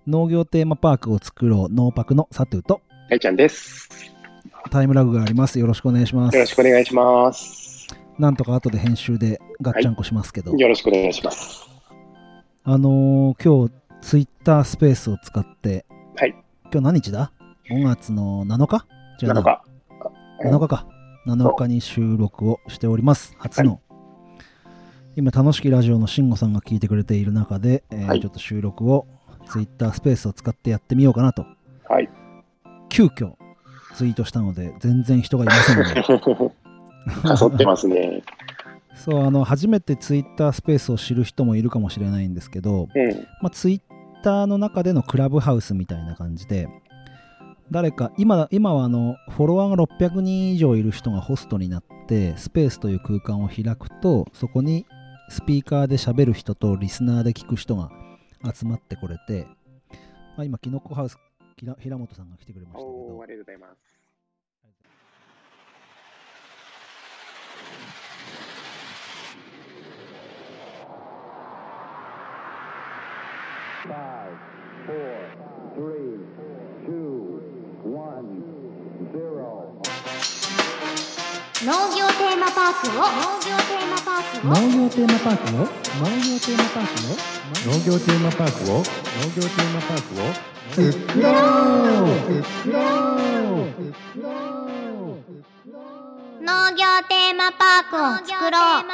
農業テーマパークを作ろう農パクのサトゥと大ちゃんです。 タイムラグがあります。よろしくお願いします。 よろしくお願いします。 なんとか後で編集でガッチャンコしますけど、 よろしくお願いします。 今日ツイッタースペースを使って、 はい、 今日何日だ ?5 月の7日違うな、7日か。7日に収録をしております。初の、今楽しきラジオの慎吾さんが聞いてくれている中で、ちょっと収録をツイッタースペースを使ってやってみようかなと、急遽ツイートしたので全然人がいませんのでかそってますね。 そう、初めてツイッタースペースを知る人もいるかもしれないんですけど、ツイッターの中でのクラブハウスみたいな感じで、誰か今はフォロワーが600人以上いる人がホストになってスペースという空間を開くと、そこにスピーカーで喋る人とリスナーで聞く人が集まってこれて、今キノコハウス平本さんが来てくれましたけど、 ありがとうございます。 農業テーマパークを作ろう。農業テーマパークを作ろう。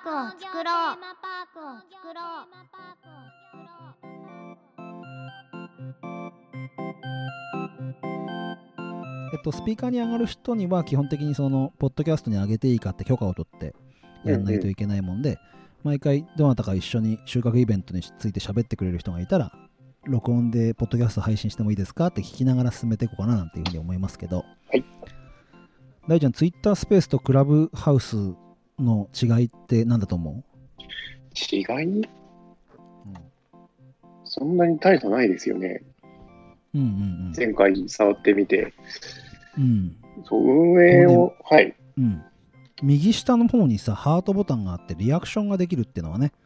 スピーカーに上がる人には基本的にそのポッドキャストに上げていいかって許可を取ってやんないといけないもんで、毎回どなたか一緒に収穫イベントについて喋ってくれる人がいたら、録音でポッドキャスト配信してもいいですかって聞きながら進めていこうかななんていうふうに思いますけど、大ちゃん、ツイッタースペースとクラブハウスの違いって何だと思う？ 違い？そんなに大差ないですよね。前回触ってみて、そう運営を、 右下の方にさ、ハートボタンがあってリアクションができるっていうのはね、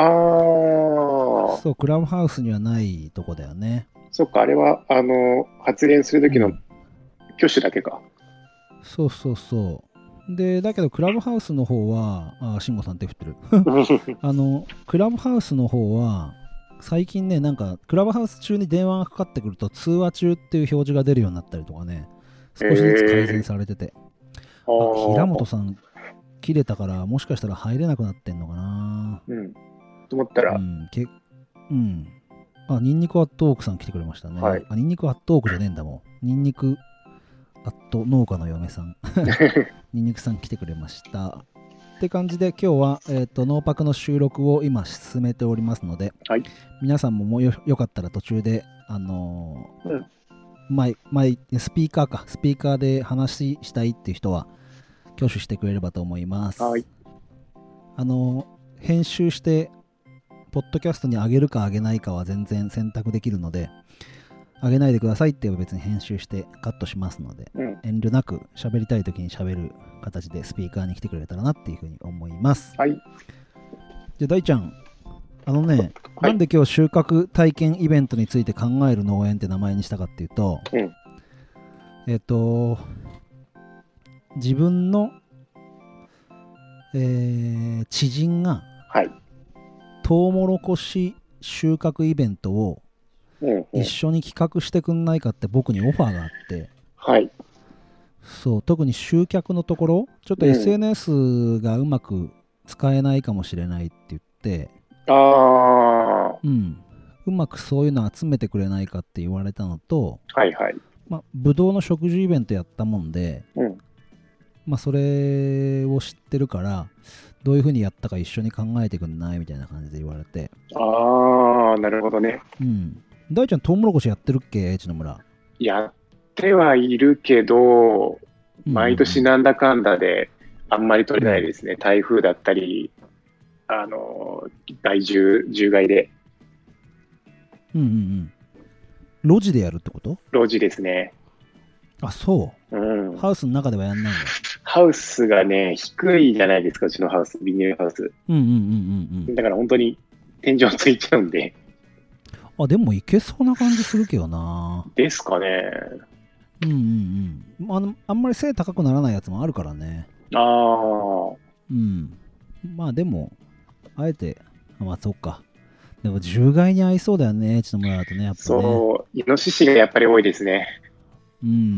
そう、クラブハウスにはないとこだよね。 そっか、あれは発言する時の挙手だけか。 そうで、だけどクラブハウスの方は、慎吾さん手振ってるクラブハウスの方は最近ね、なんかクラブハウス中に電話がかかってくると通話中っていう表示が出るようになったりとかね、少しずつ改善されてて、平本さん切れたからもしかしたら入れなくなってんのかなと思ったら、 ニンニクアットオークさん来てくれましたね。ニンニクアットオークじゃねえんだもん。ニンニクアット農家の嫁さんニンニクさん来てくれましたって感じで、今日は、ノーパクの収録を今進めておりますので、皆さんもよかったら途中でスピーカーで話したいっていう人は挙手してくれればと思います。編集してポッドキャストに上げるか上げないかは全然選択できるので、上げないでくださいって言えば別に編集してカットしますので、遠慮なく喋りたい時に喋る形でスピーカーに来てくれたらなっていうふうに思います。じゃあ大ちゃん、なんで今日収穫体験イベントについて考える農園って名前にしたかっていうと、自分の、知人が、トウモロコシ収穫イベントを一緒に企画してくんないかって僕にオファーがあって、そう、特に集客のところちょっと SNS がうまく使えないかもしれないって言って、うまくそういうの集めてくれないかって言われたのと、ブドウの植樹イベントやったもんで、それを知ってるからどういう風にやったか一緒に考えてくんないみたいな感じで言われて。 なるほどね。 大ちゃんトウモロコシやってるっけ、Hの村？ やってはいるけど、毎年なんだかんだであんまり取れないですね。台風だったり、獣害で。 路地でやるってこと？ 路地ですね。 あ、そう。ハウスの中ではやんないんだ。 ハウスがね、低いじゃないですか、うちのハウス、ビニールハウス。だから本当に天井ついちゃうんで。 あ、でもいけそうな感じするけどな。 ですかね。 うんうんうん。あんまり背高くならないやつもあるからね。 ああ。 うん。まあでも、あえて、まあそっか。でも獣害に合いそうだよね、ちの村だとね、やっぱね。 そう、イノシシがやっぱり多いですね。 うんうんうん。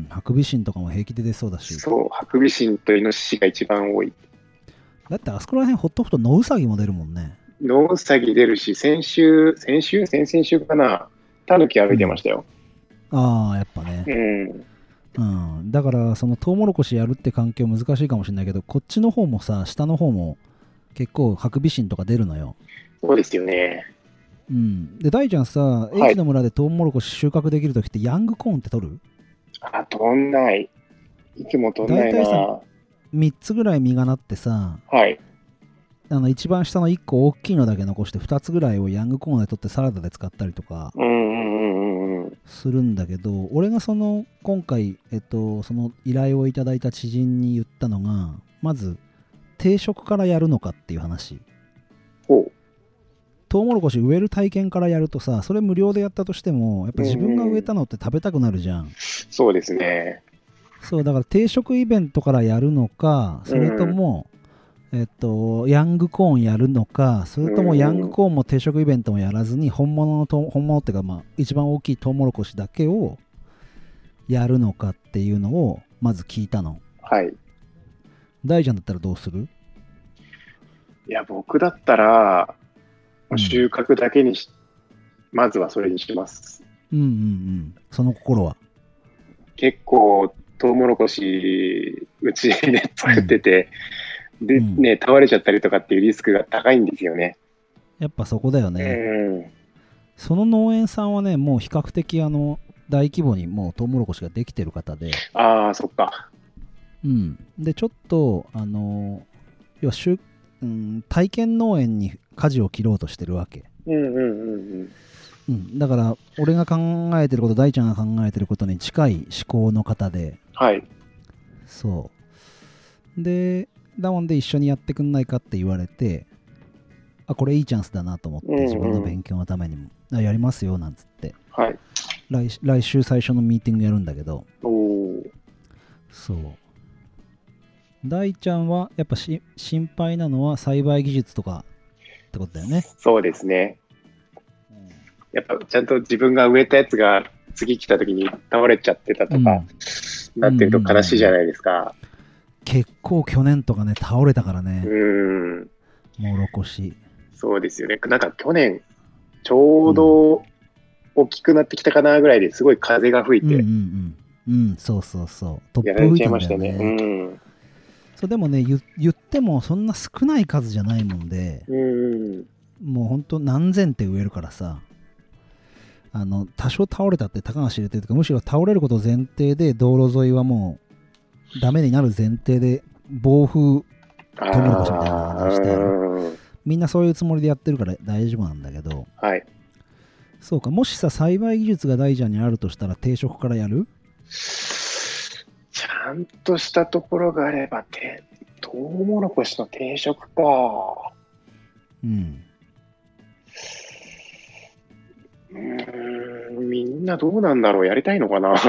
ハクビシンとかも平気で出そうだし。 そう、ハクビシンとイノシシが一番多い。 だってあそこら辺ほっとくとノウサギも出るもんね。 ノウサギ出るし、先々週かな、タヌキ歩いてましたよ。 ああ、やっぱね。 うん。 うん。だから、そのトウモロコシやるって環境難しいかもしれないけど、こっちの方もさ、下の方も結構ハクビシンとか出るのよ。 そうですよね。 うん。で、大ちゃんさ、H の村でトウモロコシ収穫できるときってヤングコーンって取る？ あ、取んない。いつも取んないな。 大体さ、3つぐらい実がなってさ、 はい。 一番下の1個大きいのだけ残して2つぐらいをヤングコーンで取ってサラダで使ったりとかうんうんうんうん。 するんだけど、俺が今回、その依頼をいただいた知人に言ったのが、まず定食からやるのかっていう話。 ほう。 トウモロコシ植える体験からやるとさ、それ無料でやったとしてもやっぱ自分が植えたのって食べたくなるじゃん。 そうですね。 そうだから定食イベントからやるのか、それとも、ヤングコーンやるのか、それともヤングコーンも定食イベントもやらずに本物っていうか、まあ一番大きいトウモロコシだけをやるのかっていうのをまず聞いたの。 はい。 大ちゃんだったらどうする？ いや、僕だったら、収穫だけにまずはそれにします。 うんうんうん。その心は？ 結構、トウモロコシ、うちで作ってて、で、ね、倒れちゃったりとかっていうリスクが高いんですよね。 やっぱそこだよね。その農園さんはね、もう比較的大規模にもうトウモロコシができてる方で。 ああ、そっか。 うん。で、ちょっと、要は体験農園に舵を切ろうとしてるわけ。だから、俺が考えてること、大ちゃんが考えてることに近い思考の方で。 はい。 そう。で、だもんで一緒にやってくんないかって言われて、あ、これいいチャンスだなと思って、自分の勉強のためにも、やりますよ、なんつって。 はい。 来週最初のミーティングやるんだけど。そう。大ちゃんはやっぱ心配なのは栽培技術とかってことだよね。 そうですね。やっぱちゃんと自分が植えたやつが次来た時に倒れちゃってたとか、なってると悲しいじゃないですか。 結構去年とかね、倒れたからね。もろこし。 そうですよね。なんか去年、ちょうど大きくなってきたかなぐらいですごい風が吹いて。 そうそうそう。突風吹いてましたね。 そうでもね、言ってもそんな少ない数じゃないもんで、もうほんと何千って植えるからさ、多少倒れたってたかが知れてるとか、むしろ倒れること前提で道路沿いはもうダメになる前提で暴風トウモロコシみたいな話してある。みんなそういうつもりでやってるから大丈夫なんだけど、 はい。 そうか、もしさ、栽培技術が大ちゃんにあるとしたら定食からやる？ ちゃんとしたところがあれば、トウモロコシの定食か。みんなどうなんだろう、やりたいのかな。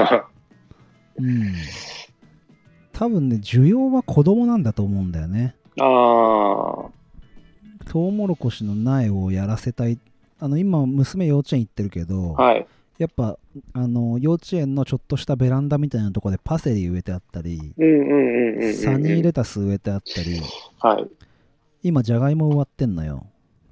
多分ね、需要は子供なんだと思うんだよね。トウモロコシの苗をやらせたい。今、娘幼稚園行ってるけど、 はい、 やっぱ幼稚園のちょっとしたベランダみたいなところでパセリ植えてあったり、サニーレタス植えてあったり、 はい、 今、じゃがいも植わってんのよ。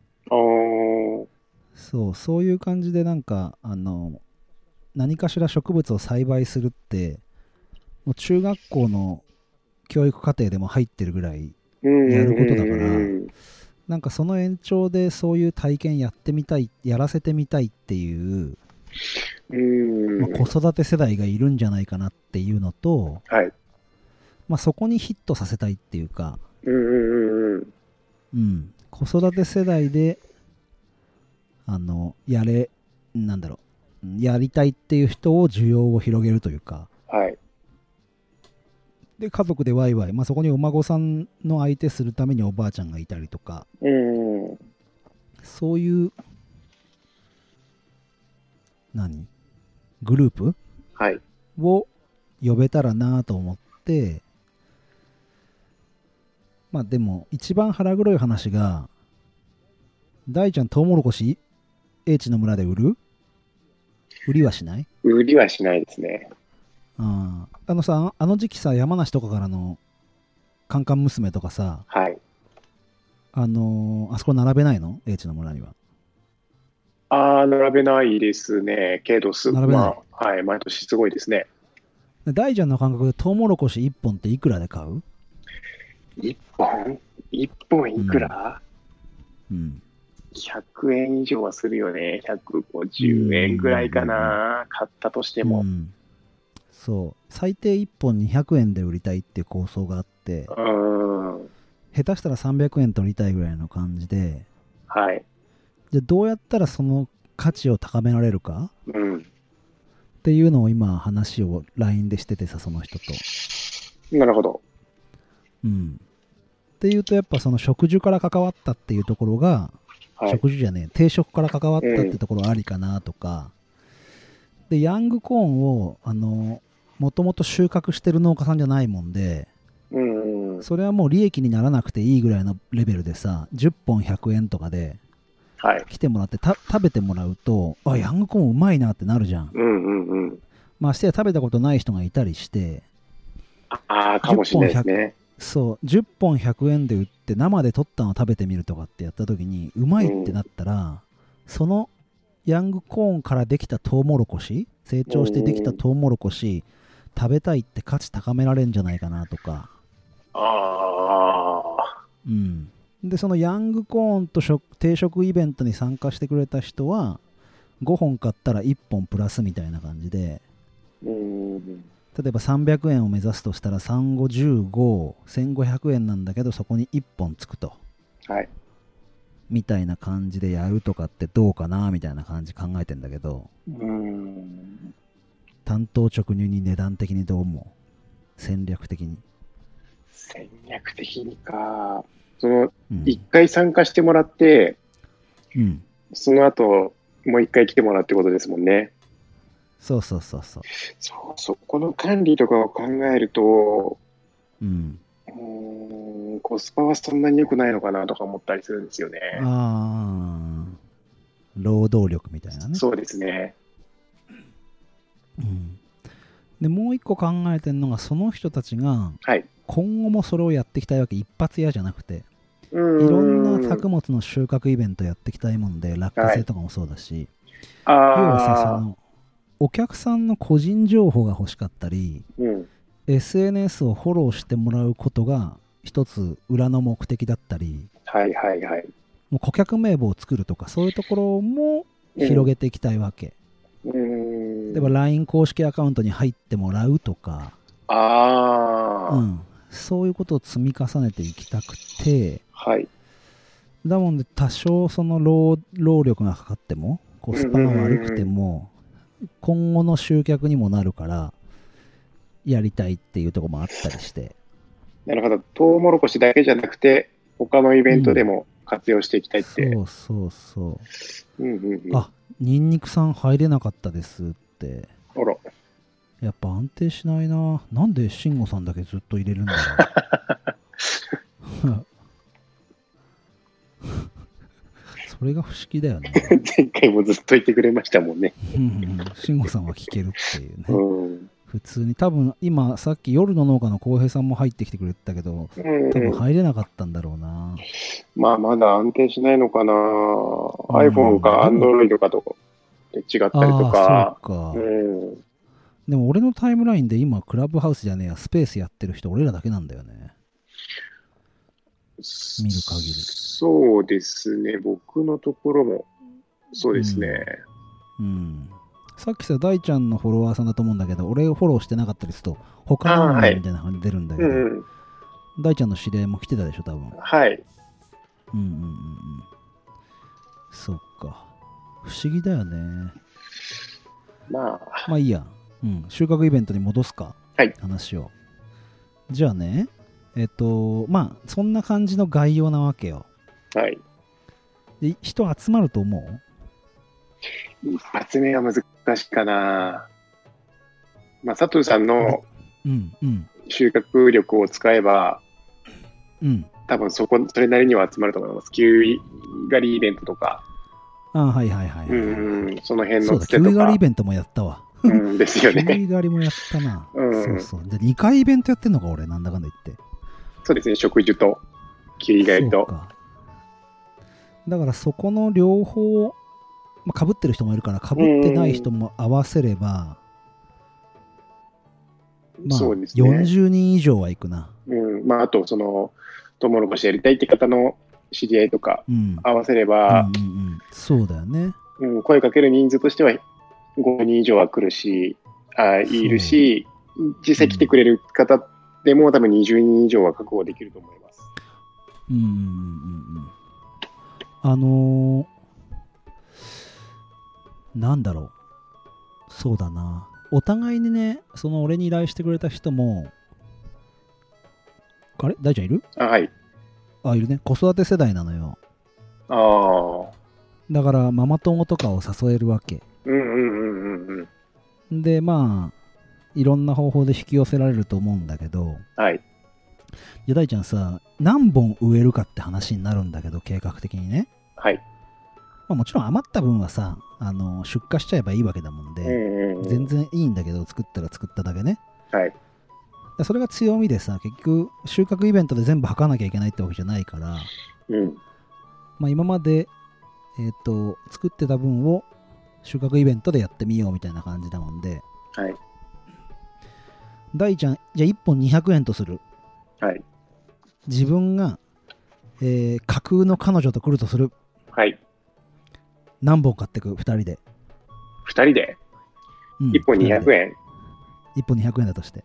そういう感じでなんか何かしら植物を栽培するってもう中学校の教育課程でも入ってるぐらいやることだから、なんかその延長でそういう体験やらせてみたいっていう子育て世代がいるんじゃないかなっていうのと、そこにヒットさせたいっていうか、子育て世代でやりたいっていう人を需要を広げるというか、で家族でワイワイ、そこにお孫さんの相手するためにおばあちゃんがいたりとか、そういうグループはい。 を呼べたらなと思って、まあでも一番腹黒い話が、大ちゃんトウモロコシ英知の村で売りはしない？ 売りはしないですね。 さ、あの時期さ、山梨とかからのカンカン娘とかさ、 はい。 あそこ並べないの？英知の村には。 並べないですね。けど並べない。 はい、毎年すごいですね。 大ちゃんの感覚でトウモロコシ1本っていくらで買う？ 1本 ?1 本いくら？ うん。 100円以上はするよね。150円ぐらいかな。買ったとしても。 そう。最低1本200円で売りたいっていう構想があって、下手したら300円取りたいぐらいの感じで、 はい。 じゃあどうやったらその価値を高められるか、っていうのを今話を LINE でしててさ、その人と。 なるほど。 っていうとやっぱその植樹から関わったっていうところが、植樹じゃねえ、定食から関わったってところありかなとか、で、ヤングコーンを、もともと収穫してる農家さんじゃないもんで、それはもう利益にならなくていいぐらいのレベルでさ、10本100円とかで、来てもらって食べてもらうと、ヤングコーンうまいなってなるじゃん。ましてや食べたことない人がいたりして、 かもしれないですね。 そう、10本100円で売って生で取ったのを食べてみるとかってやった時に、うまいってなったら、そのヤングコーンからできたトウモロコシ、成長してできたトウモロコシ、食べたいって価値高められるんじゃないかなとか。で、そのヤングコーンと定食イベントに参加してくれた人は、5本買ったら1本プラスみたいな感じで、例えば300円を目指すとしたら3515、1500円なんだけどそこに1本つくと。みたいな感じでやるとかってどうかなみたいな感じ考えてんだけど、単刀直入に値段的にどう思う？戦略的に。 戦略的にか。一回参加してもらって、その後、もう一回来てもらうってことですもんね。 そこの管理とかを考えると、コスパはそんなに良くないのかなとか思ったりするんですよね。 労働力みたいなね。 そうですね。 で、もう一個考えてるのが、その人たちが、今後もそれをやっていきたいわけ。一発屋じゃなくて。いろんな作物の収穫イベントやっていきたいもんで、落花生とかもそうだし、要はさ、お客さんの個人情報が欲しかったり、SNS をフォローしてもらうことが一つ裏の目的だったり、もう顧客名簿を作るとか、そういうところも広げていきたいわけ。例えば LINE 公式アカウントに入ってもらうとか、そういうことを積み重ねていきたくて、だもんで多少その労力がかかっても、コスパが悪くても、今後の集客にもなるからやりたいっていうところもあったりして。 なるほど。トウモロコシだけじゃなくて他のイベントでも活用していきたいって、 ニンニクさん入れなかったですって。やっぱ安定しないな。なんで慎吾さんだけずっと入れるんだろう。それが不思議だよね。 前回もずっと言ってくれましたもんね。 慎吾さんは聞けるっていうね。普通に多分今さっき夜の農家の浩平さんも入ってきてくれてたけど、多分入れなかったんだろうな。 まだ安定しないのかな。iPhone か Android かと違ったりとか。でも俺のタイムラインで今クラブハウスじゃねえや、スペースやってる人俺らだけなんだよね。見る限り。 そうですね。僕のところもそうですね。 さっきさ、大ちゃんのフォロワーさんだと思うんだけど、俺をフォローしてなかったりすると、他の名前みたいな感じ出るんだけど、大ちゃんの知り合いも来てたでしょ、多分。そっか。不思議だよね。まあいいや。収穫イベントに戻すか。話を。じゃあね、まあ、そんな感じの概要なわけよ。で、人集まると思う？ 一発目は難しいかな。まあ、佐藤さんの収穫力を使えば、多分それなりには集まると思います。キウイ狩りイベントとか。 はいはいはい。 その辺のつてとか。キウイ狩りイベントもやったわ。 ですよね。 キウイ狩りもやったな。そうそう。で、2回イベントやってんのか、俺、なんだかんだ言って。 そうですね、植樹とキウイ狩りと。 だからそこの両方、被ってる人もいるから、被ってない人も合わせれば、 そうですね、 40人以上はいくな。 あと、トウモロコシやりたいって方の知り合いとか合わせれば、 そうだよね。 声かける人数としては5人以上は来るし、いるし、実際来てくれる方でも多分20人以上は確保できると思います。 なんだろう。そうだな。お互いにね、俺に依頼してくれた人も、あれ大ちゃんいる？ はい。 いるね。子育て世代なのよ。だから、ママ友とかを誘えるわけ。で、いろんな方法で引き寄せられると思うんだけど、 はい。 じゃあ大ちゃんさ、何本植えるかって話になるんだけど、計画的にね。 はい。 もちろん余った分はさ、出荷しちゃえばいいわけだもんで、全然いいんだけど、作ったら作っただけね。 はい。 それが強みでさ、結局収穫イベントで全部履かなきゃいけないってわけじゃないから、今まで、作ってた分を収穫イベントでやってみようみたいな感じだもんで、 はい。 大ちゃん、じゃあ1本200円とする。 はい。 自分が、架空の彼女と来るとする。 はい。 何本買ってく？ 2人で。 2人で、1本200円。 1本200円だとして。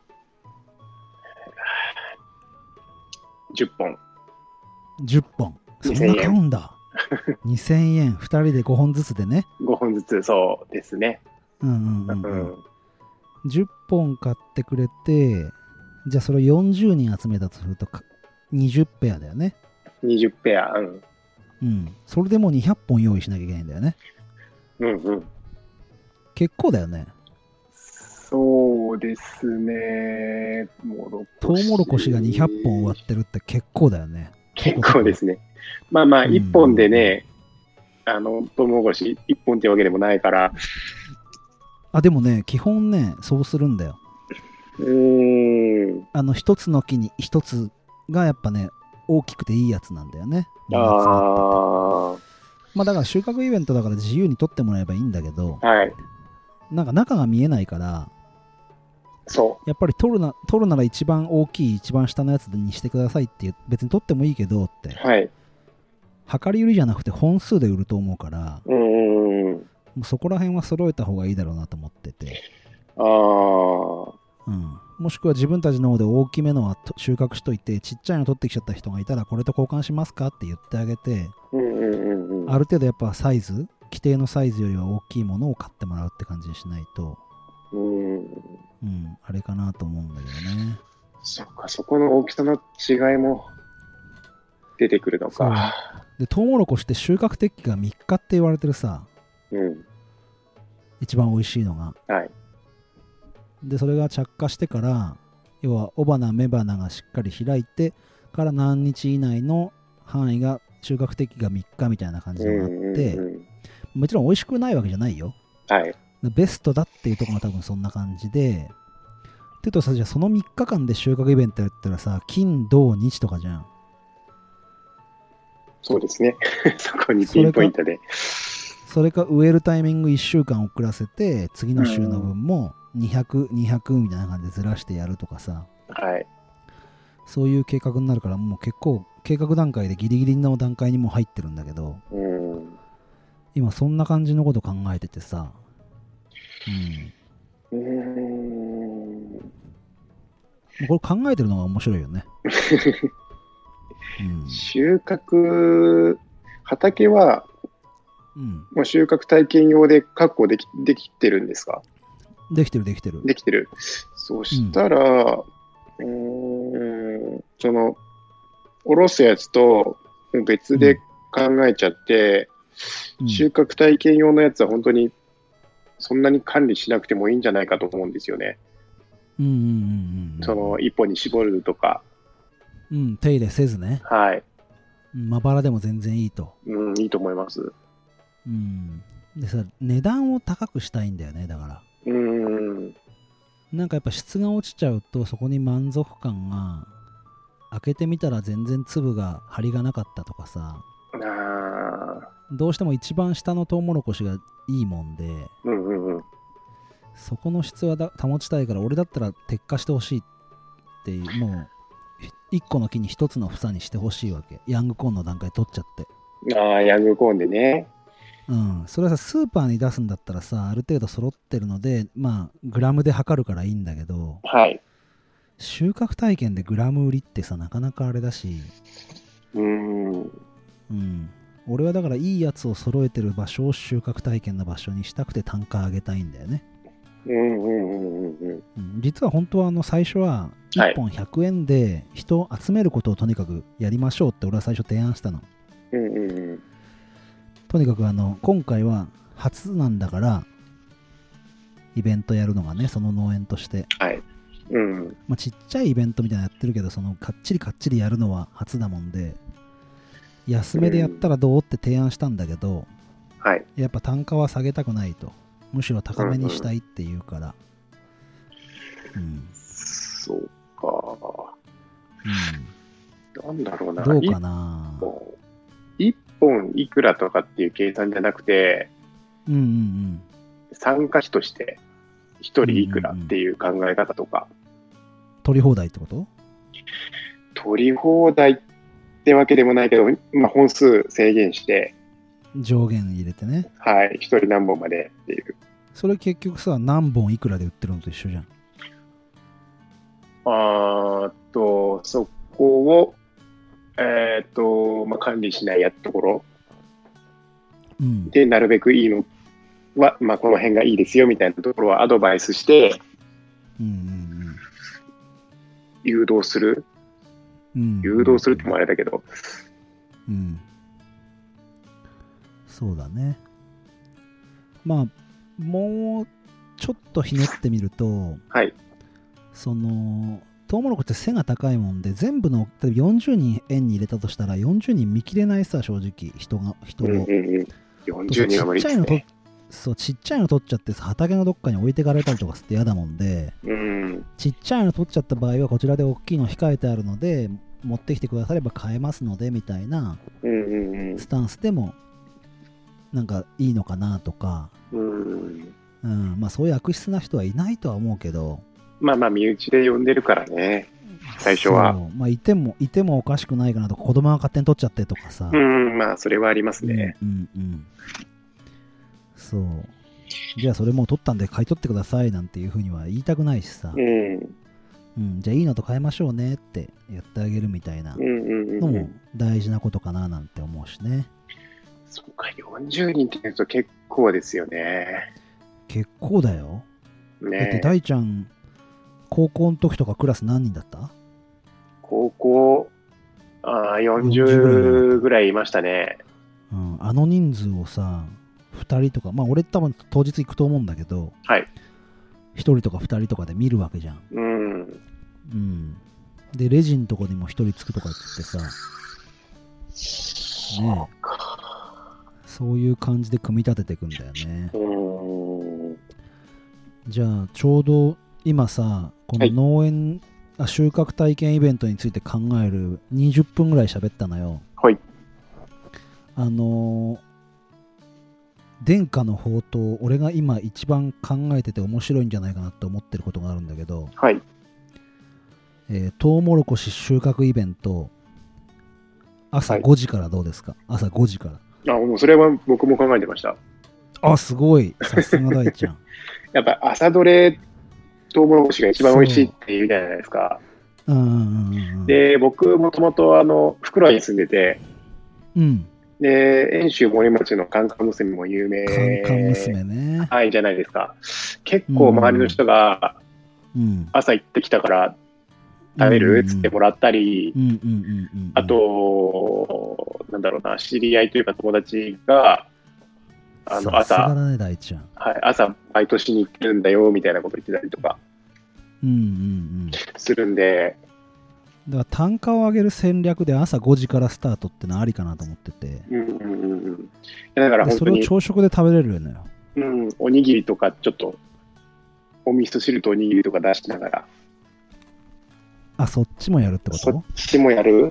10本。 10本。そんな買うんだ。2000円。2人で5本ずつでね。 5本ずつ、そうですね。 10本買ってくれて、じゃあそれを40人集めたとすると20ペアだよね。 20ペア。 それでもう200本用意しなきゃいけないんだよね。結構だよね。 そうですね。 トウモロコシが200本割ってるって結構だよね。 結構ですね。1本でね、トウモロコシ1本ってわけでもないから。 でもね、基本ね、そうするんだよ。一つの木に一つがやっぱね、大きくていいやつなんだよね。だから収穫イベントだから自由に取ってもらえばいいんだけど、なんか中が見えないから、やっぱり取るなら一番大きい一番下のやつにしてくださいって別に取ってもいいけどって、量り売りじゃなくて本数で売ると思うから、もうそこら辺は揃えた方がいいだろうなと思ってて、もしくは自分たちの方で大きめのは収穫しといて、ちっちゃいの取ってきちゃった人がいたらこれと交換しますかって言ってあげて、ある程度やっぱサイズ、規定のサイズよりは大きいものを買ってもらうって感じにしないと、あれかなと思うんだけどね。 そっか、そこの大きさの違いも出てくるのか。 で、トウモロコシって収穫適期が3日って言われてるさ、一番美味しいのが。で、それが着火してから、要は雄花雌花がしっかり開いてから何日以内の範囲が収穫適期が3日みたいな感じになって、もちろん美味しくないわけじゃないよ。ベストだっていうところが多分そんな感じで、っていうとさ、じゃあその3日間で収穫イベントやったらさ、金土日とかじゃん。 そうですね。そこにピンポイントで。 それか植えるタイミング1週間遅らせて、次の週の分も200みたいな感じでずらしてやるとかさ、そういう計画になるから、もう結構計画段階でギリギリの段階にも入ってるんだけど、今そんな感じのこと考えててさ、これ考えてるのが面白いよね。 収穫、畑は、もう収穫体験用で確保できてるんですか？ できてる。 そしたら、おろすやつと別で考えちゃって、 収穫体験用のやつは本当にそんなに管理しなくてもいいんじゃないかと思うんですよね。その一本に絞るとか。 手入れせずね。 はい。 まばらでも全然いいと。 いいと思います。 でさ、値段を高くしたいんだよね、だから。なんかやっぱ質が落ちちゃうと、そこに満足感が、開けてみたら全然粒が張りがなかったとかさ。どうしても一番下のトウモロコシがいいもんで、そこの質は保ちたいから、俺だったら撤下してほしいっていう、もう1個の木に1つの房にしてほしいわけ。ヤングコーンの段階取っちゃって。 ヤングコーンでね。 それはさ、スーパーに出すんだったらさ、ある程度揃ってるので、まあグラムで測るからいいんだけど、 はい、 収穫体験でグラム売りってさ、なかなかあれだし、俺はだからいいやつを揃えてる場所を収穫体験の場所にしたくて単価上げたいんだよね。実は本当は最初は1本100円で人を集めることをとにかくやりましょうって俺は最初提案したの。とにかく今回は初なんだからイベントやるのがね、その農園として、ちっちゃいイベントみたいなのやってるけど、そのかっちりやるのは初だもんで、安めでやったらどうって提案したんだけど、やっぱ単価は下げたくないと、むしろ高めにしたいって言うから、 そうか、なんだろうな、 どうかな、 1本いくらとかっていう計算じゃなくて、参加費として1人いくらっていう考え方とか。 取り放題ってこと？ 取り放題ってわけでもないけど、本数制限して上限入れてね、 1人何本までっていう。 それ結局さ、何本いくらで売ってるのと一緒じゃん。 そこを管理しないところ、でなるべくいいのは、この辺がいいですよみたいなところはアドバイスして、誘導する、誘導するってもあれだけど、 そうだね。もうちょっとひねってみると、そのトウモロコシって背が高いもんで、全部の例えば40人円に入れたとしたら40人見切れないさ、正直人を。 40人は無理ですね。 ちっちゃいの取っちゃってさ、畑のどっかに置いてかれたりとかして嫌だもんで、ちっちゃいの取っちゃった場合はこちらで大きいの控えてあるので持ってきてくだされば買えますのでみたいなスタンスでもなんかいいのかなとか、そういう悪質な人はいないとは思うけど、 身内で呼んでるからね、最初は。 いてもおかしくないかなとか、子供が勝手に取っちゃってとかさ、 それはありますね。 そう。じゃあそれもう取ったんで買い取ってくださいなんていうふうには言いたくないしさ、じゃあいいのと買いましょうねってやってあげるみたいなのも大事なことかななんて思うしね。 そうか、40人って言うと結構ですよね。 結構だよ。だって大ちゃん高校の時とかクラス何人だった？ 高校40ぐらいいましたね。 あの人数をさ、2人とか、俺多分当日行くと思うんだけど、1人とか2人とかで見るわけじゃん。でレジのとこにも1人つくとかって言ってさ、ねえ、そういう感じで組み立てていくんだよね。じゃあちょうど今さ、この農園、収穫体験イベントについて考える20分ぐらい喋ったのよ。殿下の宝刀、俺が今一番考えてて面白いんじゃないかなって思ってることがあるんだけど、トウモロコシ収穫イベント朝5時からどうですか？朝5時から。 もうそれは僕も考えてました。 すごい、さすが大ちゃん。 やっぱ朝どれトウモロコシが一番美味しいっていうじゃないですか。で、僕もともと袋に住んでて、で、遠州森町のカンカン娘も有名、 カンカン娘ね、 じゃないですか。結構周りの人が朝行ってきたから食べるっつってもらったり、あとなんだろうな、知り合いというか友達が、朝、 ね、大ちゃん。 はい、朝バイトしに行ってるんだよみたいなこと言ってたりとかするんで、 だから単価を上げる戦略で朝5時からスタートってのはありかなと思ってて、 だから本当にそれを朝食で食べれるよね。 おにぎりとかちょっとお味噌汁とおにぎりとか出しながら。 あ、そっちもやるってこと？ そっちもやる？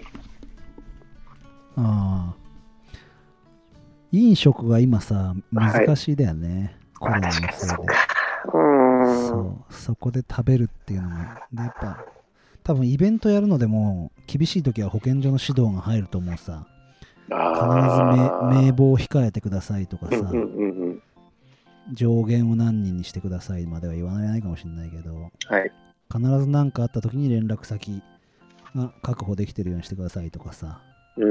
ああ。飲食が今さ、難しいだよね。コロナのせいで。そこで食べるっていうのが。で、やっぱ、多分イベントやるのでも、厳しい時は保健所の指導が入ると思うさ。必ず名簿を控えてくださいとかさ、上限を何人にしてくださいまでは言わないかもしれないけど、必ず何かあった時に連絡先が確保できてるようにしてくださいとかさ。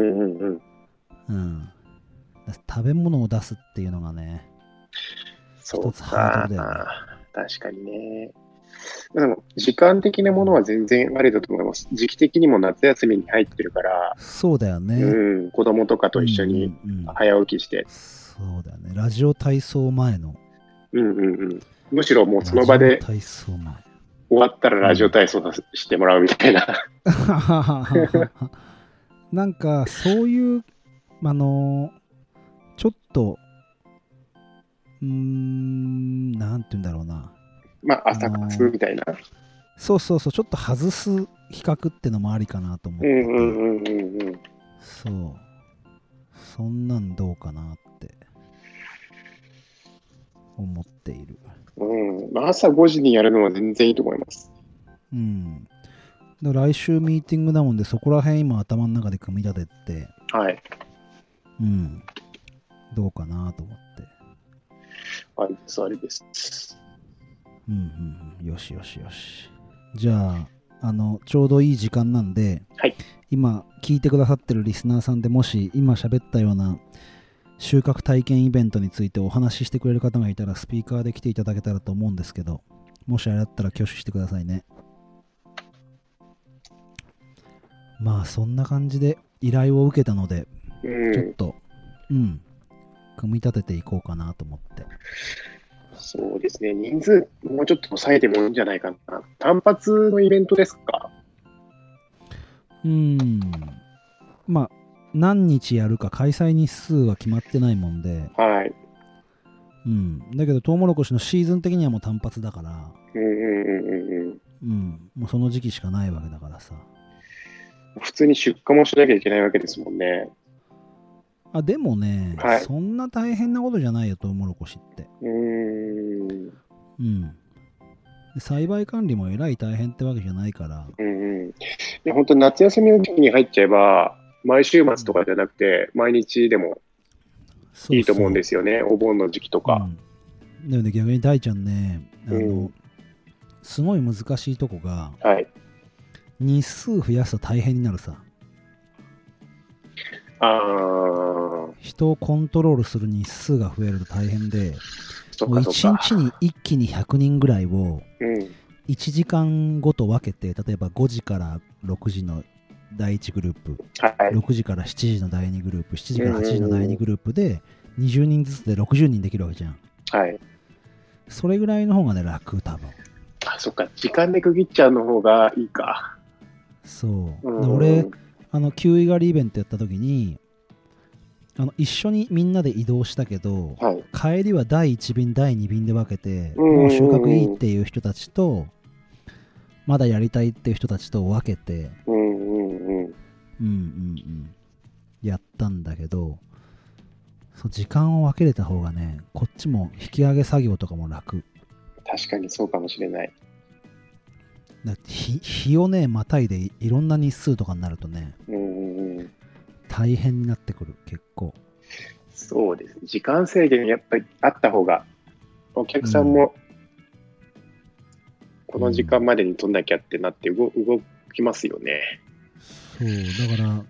食べ物を出すっていうのがね、一つハードルだよね。 確かにね。でも時間的なものは全然ありだと思います。時期的にも夏休みに入ってるから、 そうだよね。 子供とかと一緒に早起きして。 そうだよね。ラジオ体操前の。 むしろもうその場で体操前終わったらラジオ体操してもらうみたいな。 なんかそういうちょっとなんて言うんだろうな。 朝活みたいな。 そう、ちょっと外す比較ってのもありかなと思って。そう。そんなんどうかなって思っている。 朝5時にやるのは全然いいと思います。 来週ミーティングだもんで、そこら辺今頭の中で組み立てて、どうかなと思って。 ありです。 よし。じゃあ、ちょうどいい時間なんで、今聞いてくださってるリスナーさんでもし今喋ったような収穫体験イベントについてお話ししてくれる方がいたらスピーカーで来ていただけたらと思うんですけど、もしあれだったら挙手してくださいね。そんな感じで依頼を受けたので、ちょっと組み立てていこうかなと思って。 そうですね。人数もうちょっと抑えてもいいんじゃないかな。単発のイベントですか？ 何日やるか開催日数は決まってないもんで、だけどトウモロコシのシーズン的にはもう単発だから、もうその時期しかないわけだからさ。 普通に出荷もしなきゃいけないわけですもんね。 でもね、そんな大変なことじゃないよ、トウモロコシって。栽培管理もえらい大変ってわけじゃないから。 本当に夏休みの時期に入っちゃえば、毎週末とかじゃなくて、毎日でもいいと思うんですよね、お盆の時期とか。 でもね、逆に大ちゃんね、すごい難しいとこが、日数増やすと大変になるさ。人をコントロールする日数が増えると大変で、もう1日に一気に100人ぐらいを1時間ごと分けて、例えば5時から6時の第1グループ、6時から7時の第2グループ、7時から8時の第2グループで20人ずつで60人できるわけじゃん。それぐらいの方がね、楽、多分。 そっか、時間で区切っちゃうの方がいいか。 そう。俺、キウイ狩りイベントやった時に、一緒にみんなで移動したけど、帰りは第1便第2便で分けて、もう収穫いいっていう人たちとまだやりたいっていう人たちと分けてやったんだけど、時間を分けれた方がね、こっちも引き上げ作業とかも楽。 確かにそうかもしれない。 だって日をねまたいでいろんな日数とかになるとね、大変になってくる、結構。 そうです。時間制限やっぱりあった方が、お客さんもこの時間までに取んなきゃってなって動きますよね。 そうだから、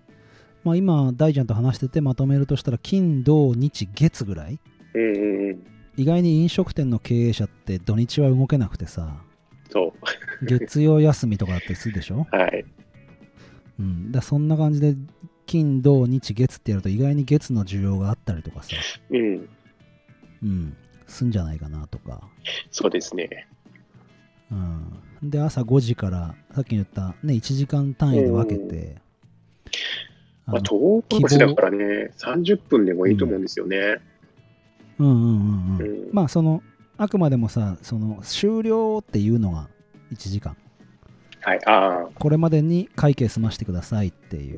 今大ちゃんと話しててまとめるとしたら、金土日月ぐらい、意外に飲食店の経営者って土日は動けなくてさ、月曜休みとかだったりするでしょ。だそんな感じで金土日月ってやると意外に月の需要があったりとかさ、すんじゃないかなとか。 そうですね。 で朝5時からさっき言ったね1時間単位で分けて、 トウモロコシだからね30分でもいいと思うんですよね。 まああくまでもさ終了っていうのが1時間。 はい、 これまでに会計済ましてくださいっていう。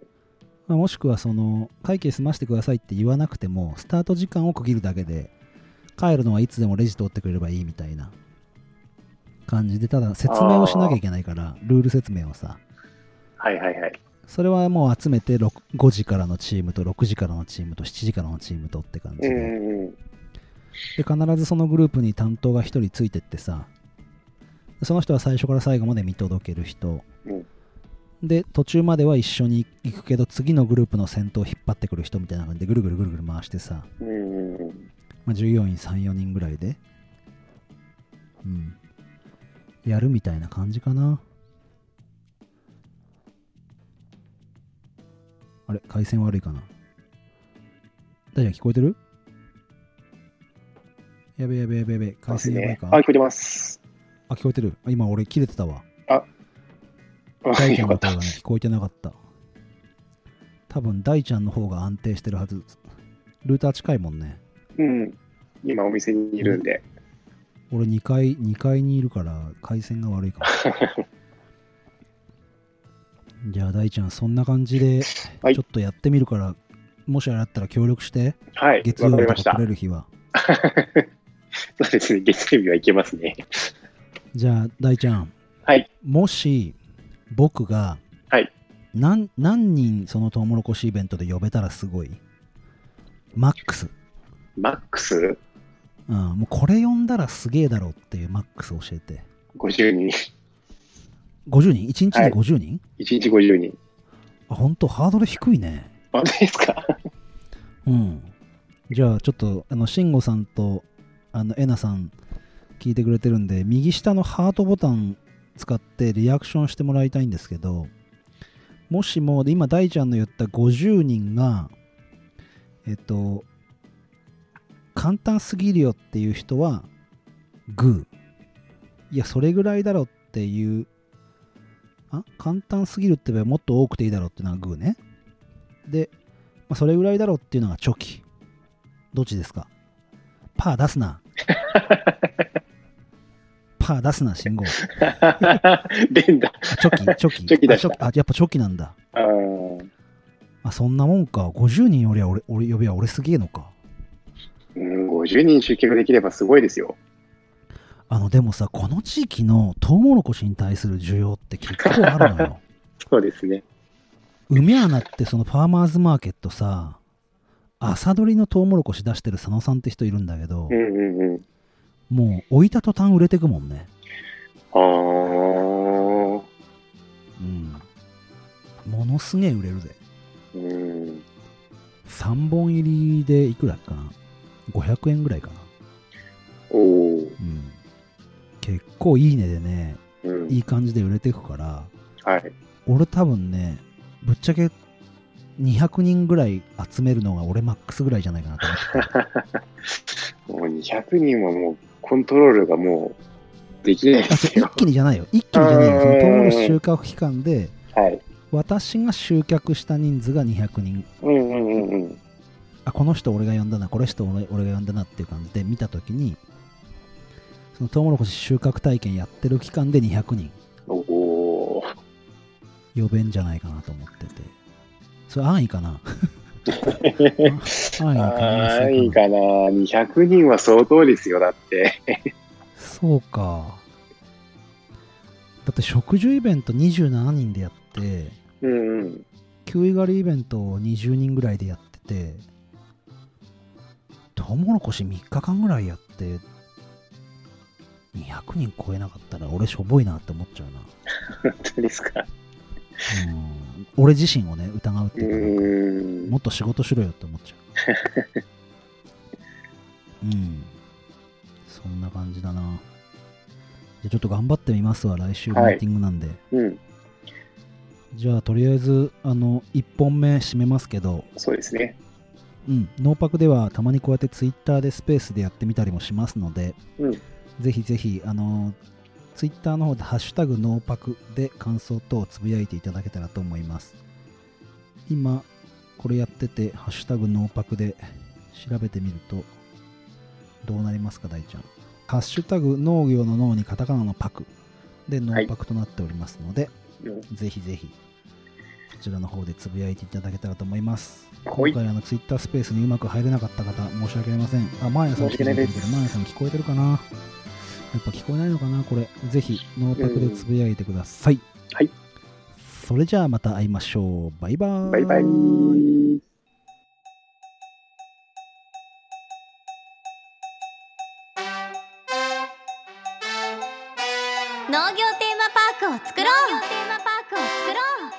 もしくは会計済ましてくださいって言わなくてもスタート時間を区切るだけで帰るのはいつでもレジ通ってくれればいいみたいな感じで、ただ説明をしなきゃいけないからルール説明をさ、それはもう集めて5時からのチームと6時からのチームと7時からのチームとって感じで、必ずそのグループに担当が1人ついてってさ、その人は最初から最後まで見届ける人、で途中までは一緒に行くけど次のグループの先頭を引っ張ってくる人みたいな感じでぐるぐるぐるぐる回してさ、従業員 3,4 人ぐらいでやるみたいな感じかな。あれ回線悪いかな。大ちゃん聞こえてる？やべ回線やばいか。 聞こえてます。 聞こえてる。今俺切れてたわ。大ちゃんの声がね聞こえてなかった。多分大ちゃんの方が安定してるはず。ルーター近いもんね。 今お店にいるんで。 俺2階にいるから回線が悪いかも。じゃあ大ちゃんそんな感じでちょっとやってみるから、もしあれだったら協力して。月曜日とか来れる日は。 そうですね、月曜日はいけますね。 じゃあ大ちゃん、もし僕が何人そのトウモロコシイベントで呼べたらすごい？マックス。もうこれ呼んだらすげえだろっていうマックス教えて。 50人。 50人 ?1 日で50人、 1日50人。 本当ハードル低いね。 本当ですか？ じゃあちょっと慎吾さんとえなさん聞いてくれてるんで、右下のハートボタン使ってリアクションしてもらいたいんですけど、もしも今大ちゃんの言った50人が簡単すぎるよっていう人はグー。いやそれぐらいだろっていう、簡単すぎるって言えばもっと多くていいだろうっていうのはグーね。で、それぐらいだろうっていうのがチョキ。どっちですか？パー出すな。パー出すな、信号。 連打。 チョキ出した。やっぱチョキなんだ。そんなもんか。50人よりは俺呼びは俺すげえのか。 50人集客できればすごいですよ。 でもさ、この地域のトウモロコシに対する需要って結構あるのよ。 そうですね。 梅穴ってそのファーマーズマーケットさ、朝取りのトウモロコシ出してる佐野さんって人いるんだけど、もう置いた途端売れてくもんね。ものすげえ売れるぜ。3本入りでいくらかな、500円ぐらいかな。結構いいねでね、いい感じで売れていくから、俺多分ね、ぶっちゃけ200人ぐらい集めるのが俺マックスぐらいじゃないかなと思って。 もう200人はもうコントロールがもうできないですよ。 一気にじゃないよ。そのトウモロコシ収穫期間で、私が集客した人数が200人。この人俺が呼んだな、この人俺が呼んだなっていう感じで見たときに、そのトウモロコシ収穫体験やってる期間で200人呼べんじゃないかなと思ってて。それ安易かな？ 安易かな。200人は相当ですよ、だって。 そうか。だって植樹イベント27人でやって、キウイ狩りイベントを20人ぐらいでやってて、トウモロコシ3日間ぐらいやって200人超えなかったら俺しょぼいなって思っちゃうな。本当ですか？ 俺自身をね疑うっていうか、もっと仕事しろよって思っちゃう。そんな感じだな。じゃあちょっと頑張ってみますわ、来週ミーティングなんで。 じゃあとりあえず1本目締めますけど。 そうですね。 ノーパクではたまにこうやってツイッターでスペースでやってみたりもしますので、ぜひぜひツイッターの方でハッシュタグノーパクで感想等をつぶやいていただけたらと思います。今これやっててハッシュタグノーパクで調べてみるとどうなりますか、大ちゃん。ハッシュタグ農業の農にカタカナのパクでノーパクとなっておりますので、ぜひぜひこちらの方でつぶやいていただけたらと思います。今回ツイッタースペースにうまく入れなかった方申し訳ありません。マーヤさん来てくれてるけど、マーヤさん聞こえてるかな。やっぱ聞こえないのかな。これぜひノーパクでつぶやいてください。 はい、 それじゃあまた会いましょう。バイバーイ。 バイバイ。 農業テーマパークを作ろう。